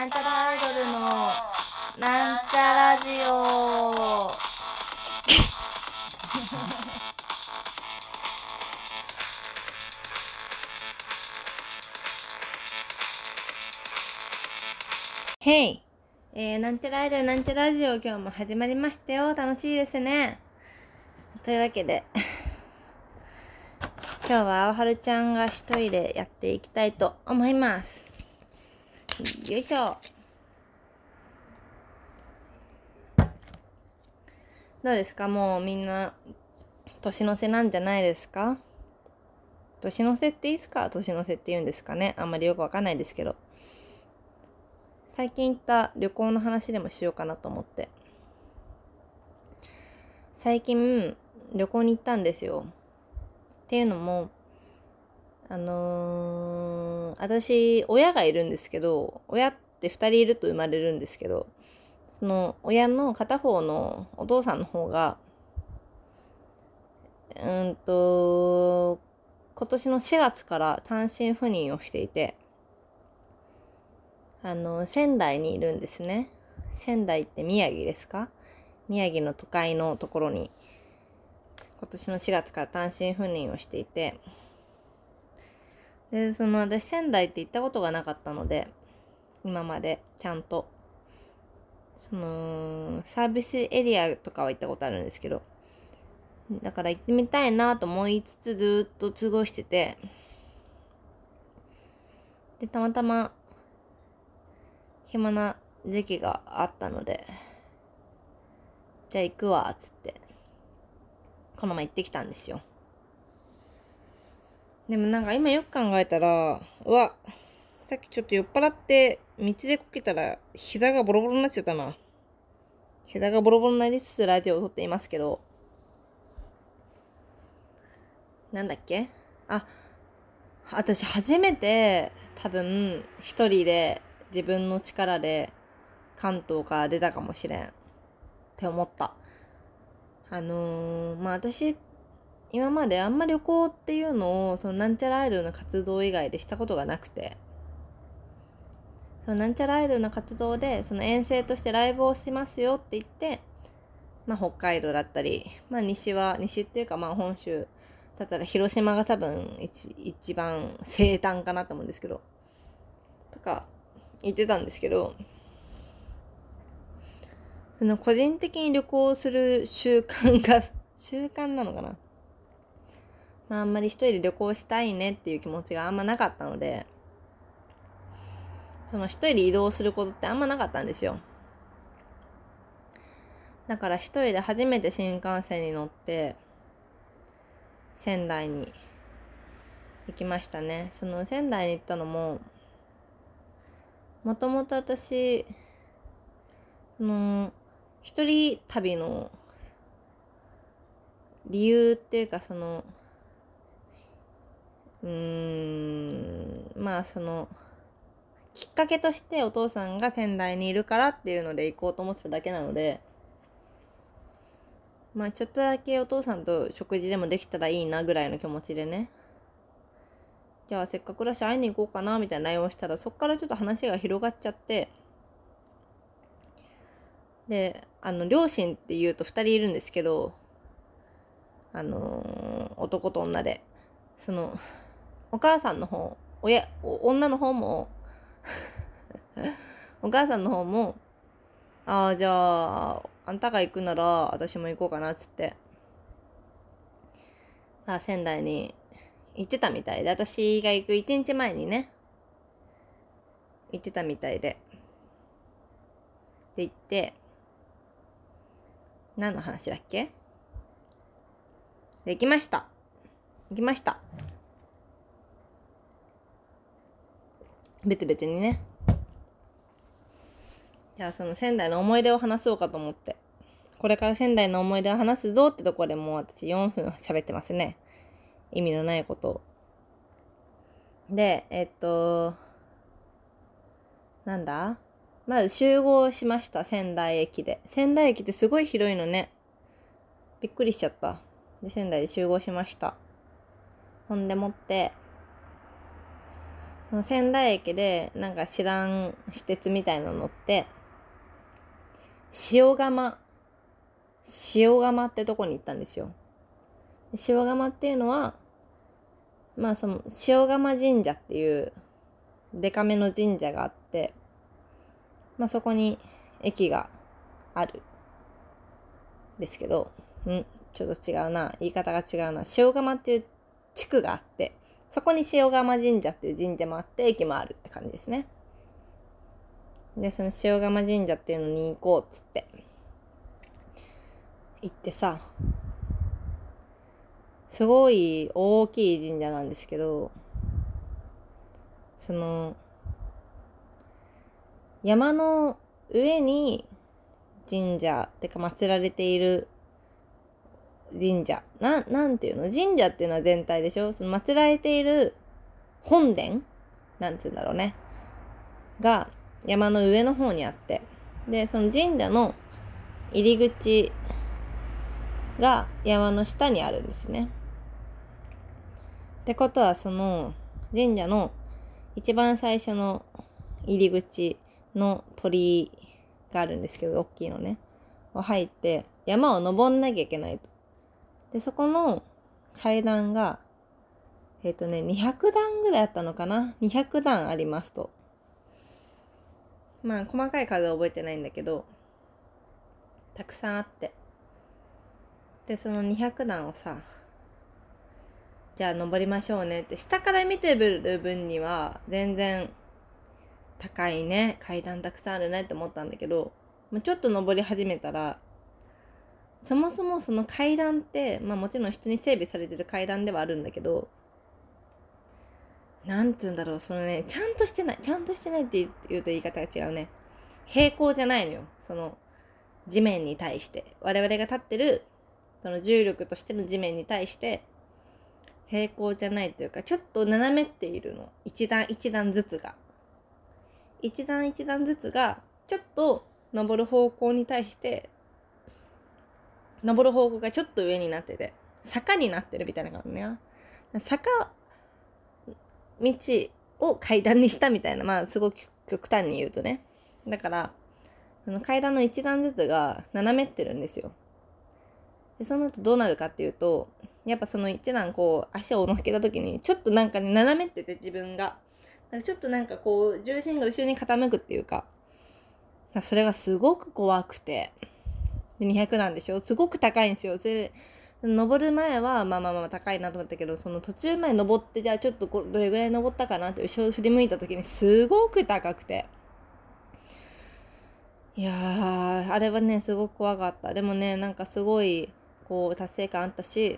なんちゃらアイドルのなんちゃラジオ。へい、なんちゃらアイドルなんちゃラジオ、今日も始まりましたよ。楽しいですね。というわけで今日は青春ちゃんが一人でやっていきたいと思います。よいしょ。どうですか？もうみんな年の瀬なんじゃないですか？年の瀬っていいですか？年の瀬って言うんですかね。あんまりよくわかんないですけど、最近行った旅行の話でもしようかなと思って。最近旅行に行ったんですよ。っていうのも私親がいるんですけど、親って2人いると生まれるんですけど、その親の片方のお父さんの方が今年の4月から単身赴任をしていて、仙台にいるんですね。仙台って宮城ですか？宮城の都会のところに今年の4月から単身赴任をしていて、で私仙台って行ったことがなかったので、今までちゃんとサービスエリアとかは行ったことあるんですけど、だから行ってみたいなと思いつつずっと過ごしてて、でたまたま暇な時期があったので、じゃあ行くわっつってこの前行ってきたんですよ。でもなんか今よく考えたら、さっきちょっと酔っ払って道でこけたら膝がボロボロになっちゃったな。膝がボロボロになりつつラジオを撮っていますけど、なんだっけ？私初めて多分一人で自分の力で関東から出たかもしれんって思った。私今まであんま旅行っていうのをそのなんちゃらアイドルの活動以外でしたことがなくて、そのなんちゃらアイドルの活動でその遠征としてライブをしますよって言って、北海道だったり、西っていうか本州だったら広島が多分一番西端かなと思うんですけど、とか言ってたんですけど、その個人的に旅行する習慣なのかな、あんまり一人で旅行したいねっていう気持ちがあんまなかったので、その一人で移動することってあんまなかったんですよ。だから一人で初めて新幹線に乗って仙台に行きましたね。その仙台に行ったのも、もともと私一人旅の理由っていうか、きっかけとしてお父さんが仙台にいるからっていうので行こうと思ってただけなので、ちょっとだけお父さんと食事でもできたらいいなぐらいの気持ちでね、じゃあせっかくだし会いに行こうかなみたいな LINE をしたら、そっからちょっと話が広がっちゃって、で両親っていうと2人いるんですけど、男と女で、お母さんの方、女の方もお母さんの方も、じゃああんたが行くなら私も行こうかなっつって、仙台に行ってたみたいで、私が行く1日前にね行ってたみたいで、行って、何の話だっけ？で行きました別々にね。じゃあその仙台の思い出を話そうかと思って、これから仙台の思い出を話すぞってところでもう私4分喋ってますね。意味のないことで、なんだ、まず集合しました。仙台駅で。仙台駅ってすごい広いのね。びっくりしちゃった。で仙台で集合しました。ほんでもって仙台駅でなんか知らん私鉄みたいなの乗って塩釜ってとこに行ったんですよ。塩釜っていうのはまあその塩釜神社っていうデカめの神社があって、まあそこに駅があるんですけど、ちょっと違うな、言い方が違うな。塩釜っていう地区があって、そこに塩釜神社っていう神社もあって駅もあるって感じですね。でその塩釜神社っていうのに行こうっつって行ってさ、すごい大きい神社なんですけど、その山の上に神社ってか祀られている神社なんていうの、神社っていうのは全体でしょ。その祀られている本殿なんつうんだろうねが山の上の方にあって、でその神社の入り口が山の下にあるんですね。ってことはその神社の一番最初の入り口の鳥居があるんですけど、大きいのねを入って山を登んなきゃいけないと。でそこの階段が200段ぐらいあったのかな。200段ありますと。まあ細かい数は覚えてないんだけどたくさんあって、でその200段をさ、じゃあ登りましょうねって下から見てる分には全然高いね、階段たくさんあるねって思ったんだけど、ちょっと登り始めたら、そもそもその階段ってもちろん人に整備されてる階段ではあるんだけど、なんつうんだろう、そのね、ちゃんとしてないって言うと言い方が違うね。平行じゃないのよ。その地面に対して我々が立ってるその重力としての地面に対して平行じゃないというか、ちょっと斜めっているの。一段一段ずつがちょっと登る方向に対して登る方向がちょっと上になってて坂になってるみたいな感じね。坂道を階段にしたみたいな、すごく極端に言うとね。だからその階段の一段ずつが斜めってるんですよ。でその後どうなるかっていうと、やっぱその一段こう足を乗っけた時にちょっとなんかね斜めってて、自分がちょっとなんかこう重心が後ろに傾くっていうか、それがすごく怖くて、で200なんでしょ、すごく高いんですよ。それ登る前はまあ高いなと思ったけど、その途中まで登って、じゃあちょっとどれぐらい登ったかなって後ろ振り向いた時にすごく高くて、いやーあれはねすごく怖かった。でもねなんかすごいこう達成感あったし、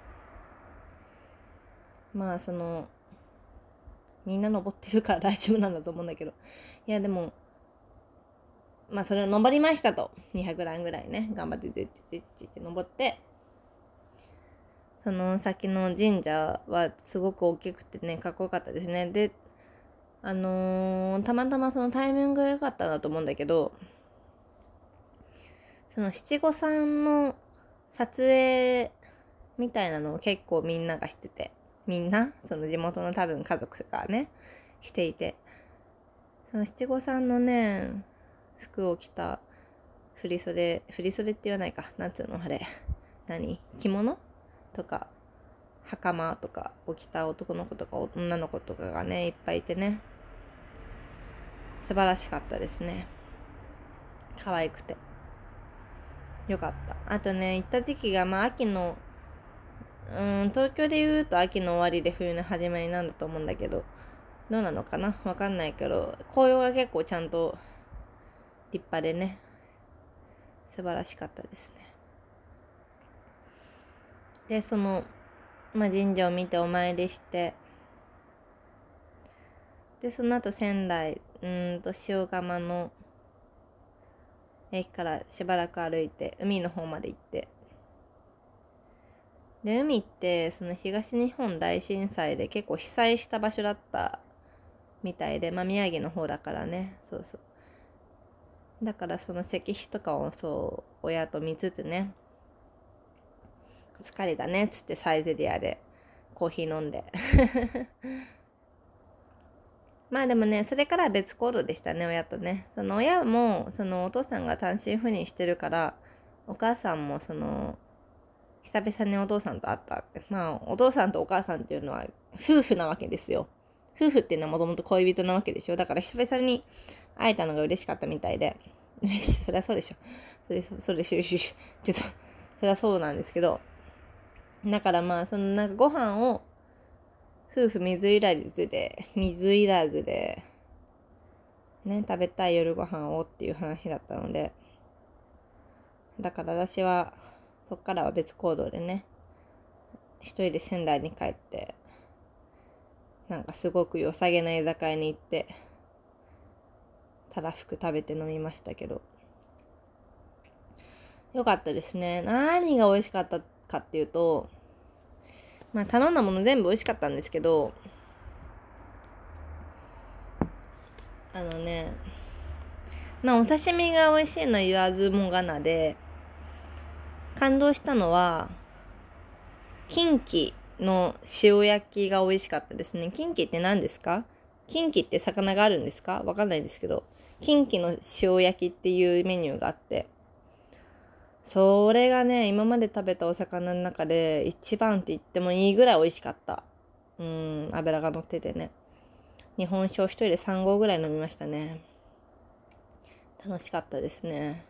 そのみんな登ってるから大丈夫なんだと思うんだけど、いやでもそれを登りましたと。200段ぐらいね頑張って登って、その先の神社はすごく大きくてねかっこよかったですね。でたまたまそのタイミングが良かったんだと思うんだけど、その七五三の撮影みたいなのを結構みんながしてて、みんなその地元の多分家族がねしていて、その七五三のね服を着た振り袖って言わないか、なんつうのあれ、着物とか袴とかを着た男の子とか女の子とかがねいっぱいいてね、素晴らしかったですね。可愛くてよかった。あとね行った時期が秋の東京で言うと秋の終わりで冬の始まりなんだと思うんだけど、どうなのかなわかんないけど、紅葉が結構ちゃんと立派でね素晴らしかったですね。でその神社を見てお参りして、でその後仙台塩釜の駅からしばらく歩いて海の方まで行って、で海ってその東日本大震災で結構被災した場所だったみたいで、宮城の方だからね、そうだからその石碑とかを親と見つつね、疲れたねっつってサイゼリヤでコーヒー飲んでまあでもね、それからは別行動でしたね、親とね。その親も、そのお父さんが単身赴任してるから、お母さんもその、久々にお父さんと会ったって。まあ、お父さんとお母さんっていうのは夫婦なわけですよ。夫婦っていうのはもともと恋人なわけでしょ。だから久々に会えたのが嬉しかったみたいで。そりゃそうでしょ。それ、ちょっと、そりゃそうなんですけど。だからまあ、そのなんかご飯を、夫婦水入らずで、ね、食べたい夜ご飯をっていう話だったので、だから私は、そっからは別行動でね、一人で仙台に帰って、なんかすごく良さげな居酒屋に行って、たらふく食べて飲みましたけど、よかったですね。何が美味しかったかっていうと、まあ頼んだもの全部美味しかったんですけど、まあお刺身が美味しいのは言わずもがなで、感動したのは、キンキの塩焼きが美味しかったですね。キンキって何ですか？キンキって魚があるんですか？わかんないんですけど、キンキの塩焼きっていうメニューがあって、それがね、今まで食べたお魚の中で一番って言ってもいいぐらい美味しかった。脂が乗っててね。日本酒を一人で3合ぐらい飲みましたね。楽しかったですね。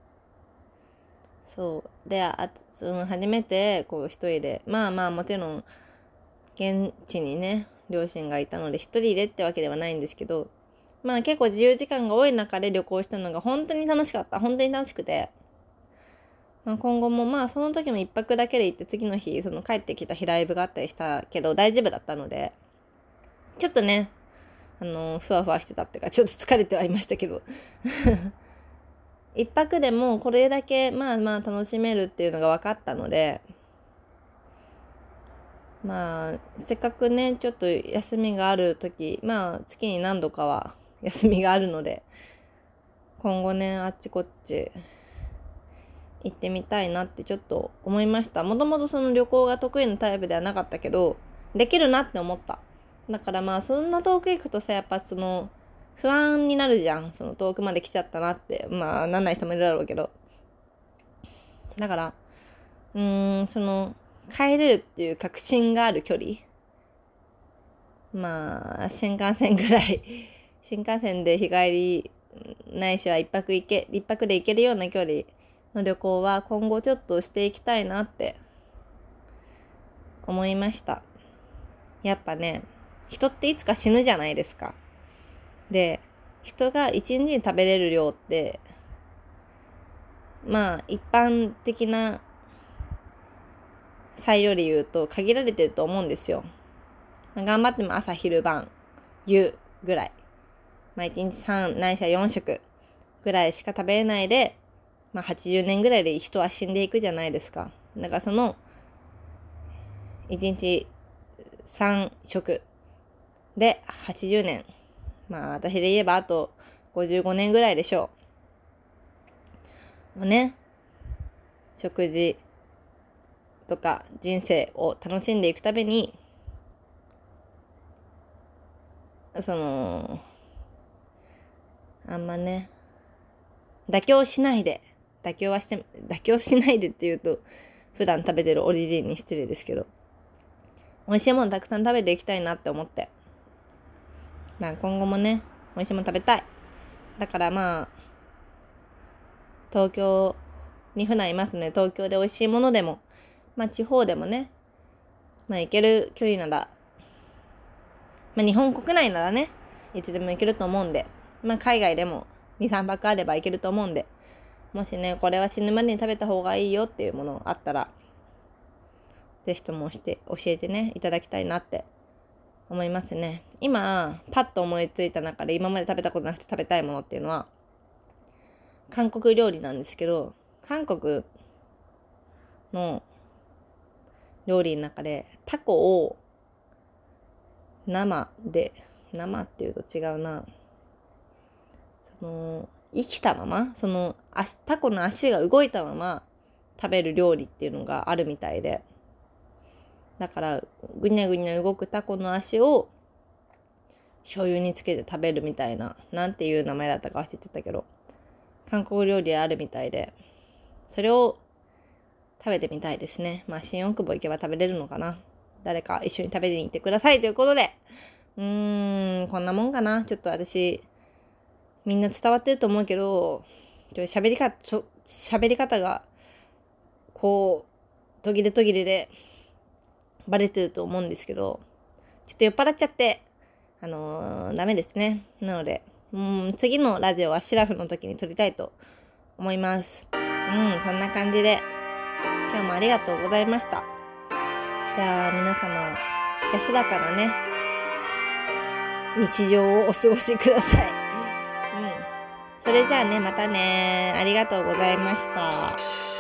そう。で、初めてこう一人で、まあもちろん現地にね、両親がいたので一人でってわけではないんですけど、まあ結構自由時間が多い中で旅行したのが本当に楽しかった。本当に楽しくて。まあ、今後もまあその時も一泊だけで行って次の日その帰ってきた日ライブがあったりしたけど大丈夫だったので、ちょっとねふわふわしてたっていうかちょっと疲れてはいましたけど一泊でもこれだけまあ楽しめるっていうのが分かったので、まあせっかくねちょっと休みがある時、まあ月に何度かは休みがあるので、今後ねあっちこっち行ってみたいなってちょっと思いました。もともとその旅行が得意なタイプではなかったけど、できるなって思った。だからまあそんな遠く行くとさ、やっぱその不安になるじゃん。その遠くまで来ちゃったなって。まあなんない人もいるだろうけど。だから、その帰れるっていう確信がある距離。まあ新幹線ぐらい、新幹線で日帰りないしは一泊で行けるような距離の旅行は今後ちょっとしていきたいなって思いました。やっぱね、人っていつか死ぬじゃないですか。で、人が一日に食べれる量って、まあ一般的な裁量で言うと限られてると思うんですよ。まあ、頑張っても朝昼晩夕ぐらい。まあ1日3ないしは4食ぐらいしか食べれないで、まあ80年ぐらいで人は死んでいくじゃないですか。だからその1日3食で80年。まあ私で言えばあと55年ぐらいでしょう。のね、食事とか人生を楽しんでいくために、あんまね、妥協しないでって言うと、普段食べてるオリジンに失礼ですけど、美味しいものたくさん食べていきたいなって思って。今後もね、美味しいもの食べたい。だからまあ、東京に普段いますので、東京で美味しいものでも、まあ地方でもね、まあ行ける距離なら、まあ日本国内ならね、いつでも行けると思うんで、まあ海外でも2、3泊あれば行けると思うんで、もしね、これは死ぬまでに食べた方がいいよっていうものあったら、ぜひとも教えてね、いただきたいなって思いますね。今、パッと思いついた中で今まで食べたことなくて食べたいものっていうのは、韓国料理なんですけど、韓国の料理の中でタコを生っていうと違うな。生きたまま、タコの足が動いたまま食べる料理っていうのがあるみたいで。だから、ぐにゃぐにゃ動くタコの足を醤油につけて食べるみたいな、なんていう名前だったか忘れてたけど、韓国料理あるみたいで、それを食べてみたいですね。まあ新大久保行けば食べれるのかな。誰か一緒に食べに行ってくださいということで、こんなもんかな。ちょっと私、みんな伝わってると思うけど、喋り方が、こう、途切れ途切れでバレてると思うんですけど、ちょっと酔っ払っちゃって、ダメですね。なので、次のラジオはシラフの時に撮りたいと思います。そんな感じで、今日もありがとうございました。じゃあ皆様、安らかなね、日常をお過ごしください。それじゃあね、またね。ありがとうございました。